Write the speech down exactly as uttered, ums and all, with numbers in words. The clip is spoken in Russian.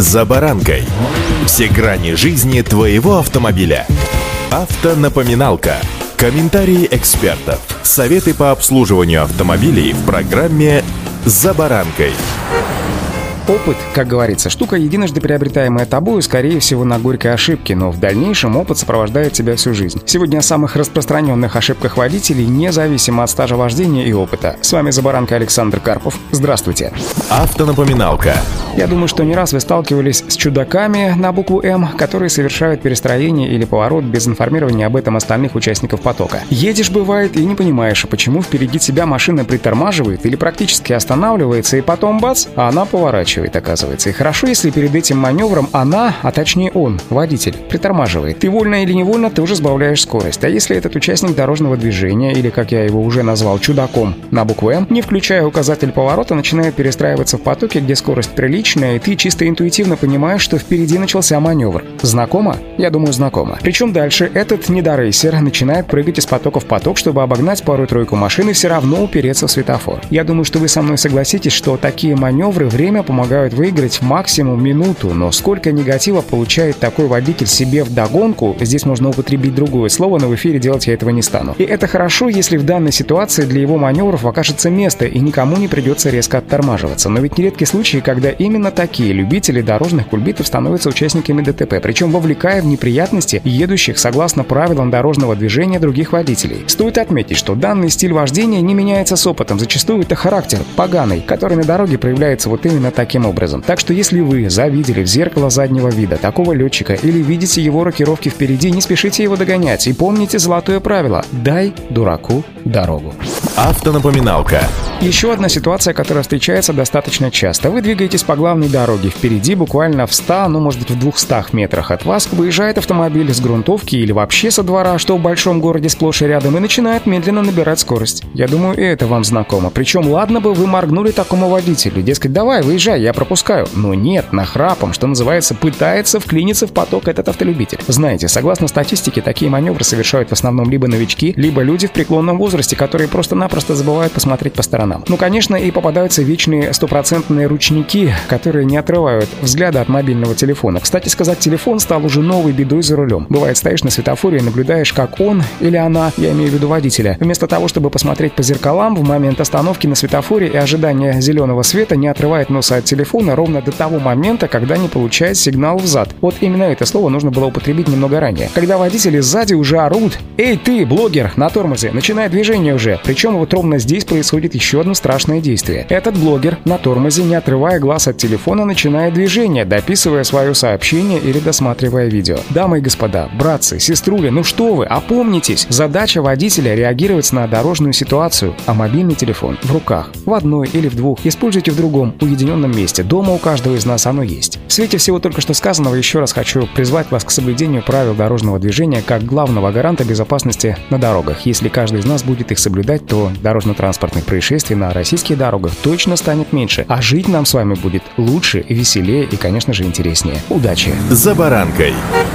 «За баранкой». Все грани жизни твоего автомобиля. Автонапоминалка. Комментарии экспертов. Советы по обслуживанию автомобилей в программе «За баранкой». Опыт, как говорится, штука, единожды приобретаемая тобою, скорее всего, на горькой ошибке, но в дальнейшем опыт сопровождает тебя всю жизнь. Сегодня о самых распространенных ошибках водителей, независимо от стажа вождения и опыта. С вами «За баранкой» Александр Карпов. Здравствуйте. Автонапоминалка. Я думаю, что не раз вы сталкивались с чудаками на букву «М», которые совершают перестроение или поворот без информирования об этом остальных участников потока. Едешь, бывает, и не понимаешь, почему впереди тебя машина притормаживает или практически останавливается, и потом бац, а она поворачивает. Оказывается. И хорошо, если перед этим маневром она, а точнее он, водитель, притормаживает. Ты вольно или невольно тоже сбавляешь скорость. А если этот участник дорожного движения, или, как я его уже назвал, чудаком на букву «М», не включая указатель поворота, начинает перестраиваться в потоке, где скорость приличная, и ты чисто интуитивно понимаешь, что впереди начался маневр. Знакомо? Я думаю, знакомо. Причем дальше этот недорейсер начинает прыгать из потока в поток, чтобы обогнать пару-тройку машин и все равно упереться в светофор. Я думаю, что вы со мной согласитесь, что такие маневры время помогают помогают выиграть максимум минуту, но сколько негатива получает такой водитель себе вдогонку, здесь можно употребить другое слово, но в эфире делать я этого не стану. И это хорошо, если в данной ситуации для его маневров окажется место и никому не придется резко оттормаживаться. Но ведь нередки случаи, когда именно такие любители дорожных кульбитов становятся участниками ДТП, причем вовлекая в неприятности едущих согласно правилам дорожного движения других водителей. Стоит отметить, что данный стиль вождения не меняется с опытом, зачастую это характер поганый, который на дороге проявляется вот именно таким образом. Так что если вы завидели в зеркало заднего вида такого летчика или видите его рокировки впереди, не спешите его догонять и помните золотое правило: дай дураку дорогу. Автонапоминалка. Еще одна ситуация, которая встречается достаточно часто. Вы двигаетесь по главной дороге. Впереди, буквально в ста, ну может быть в двухстах метрах от вас, выезжает автомобиль с грунтовки или вообще со двора, что в большом городе сплошь и рядом, и начинает медленно набирать скорость. Я думаю, и это вам знакомо. Причем ладно бы вы моргнули такому водителю, дескать, давай, выезжай, я пропускаю. Но нет, нахрапом, что называется, пытается вклиниться в поток этот автолюбитель. Знаете, согласно статистике, такие маневры совершают в основном либо новички, либо люди в преклонном возрасте, которые просто-напросто забывают посмотреть по сторонам. Ну, конечно, и попадаются вечные стопроцентные ручники, которые не отрывают взгляда от мобильного телефона. Кстати сказать, телефон стал уже новой бедой за рулем. Бывает, стоишь на светофоре и наблюдаешь, как он или она, я имею в виду водителя, вместо того, чтобы посмотреть по зеркалам, в момент остановки на светофоре и ожидания зеленого света не отрывает носа от телефона ровно до того момента, когда не получает сигнал взад. Вот именно это слово нужно было употребить немного ранее. Когда водители сзади уже орут: «Эй, ты, блогер, на тормозе, начинай движение уже!» Причем вот ровно здесь происходит еще одно страшное действие. Этот блогер на тормозе, не отрывая глаз от телефона, начинает движение, дописывая свое сообщение или досматривая видео. Дамы и господа, братцы, сеструли, ну что вы, опомнитесь! Задача водителя — реагировать на дорожную ситуацию, а мобильный телефон в руках, в одной или в двух, используйте в другом уединенном месте. Дома у каждого из нас оно есть. В свете всего только что сказанного еще раз хочу призвать вас к соблюдению правил дорожного движения как главного гаранта безопасности на дорогах. Если каждый из нас будет их соблюдать, то дорожно-транспортных происшествий на российских дорогах точно станет меньше, а жить нам с вами будет лучше, веселее и, конечно же, интереснее. Удачи! «За баранкой».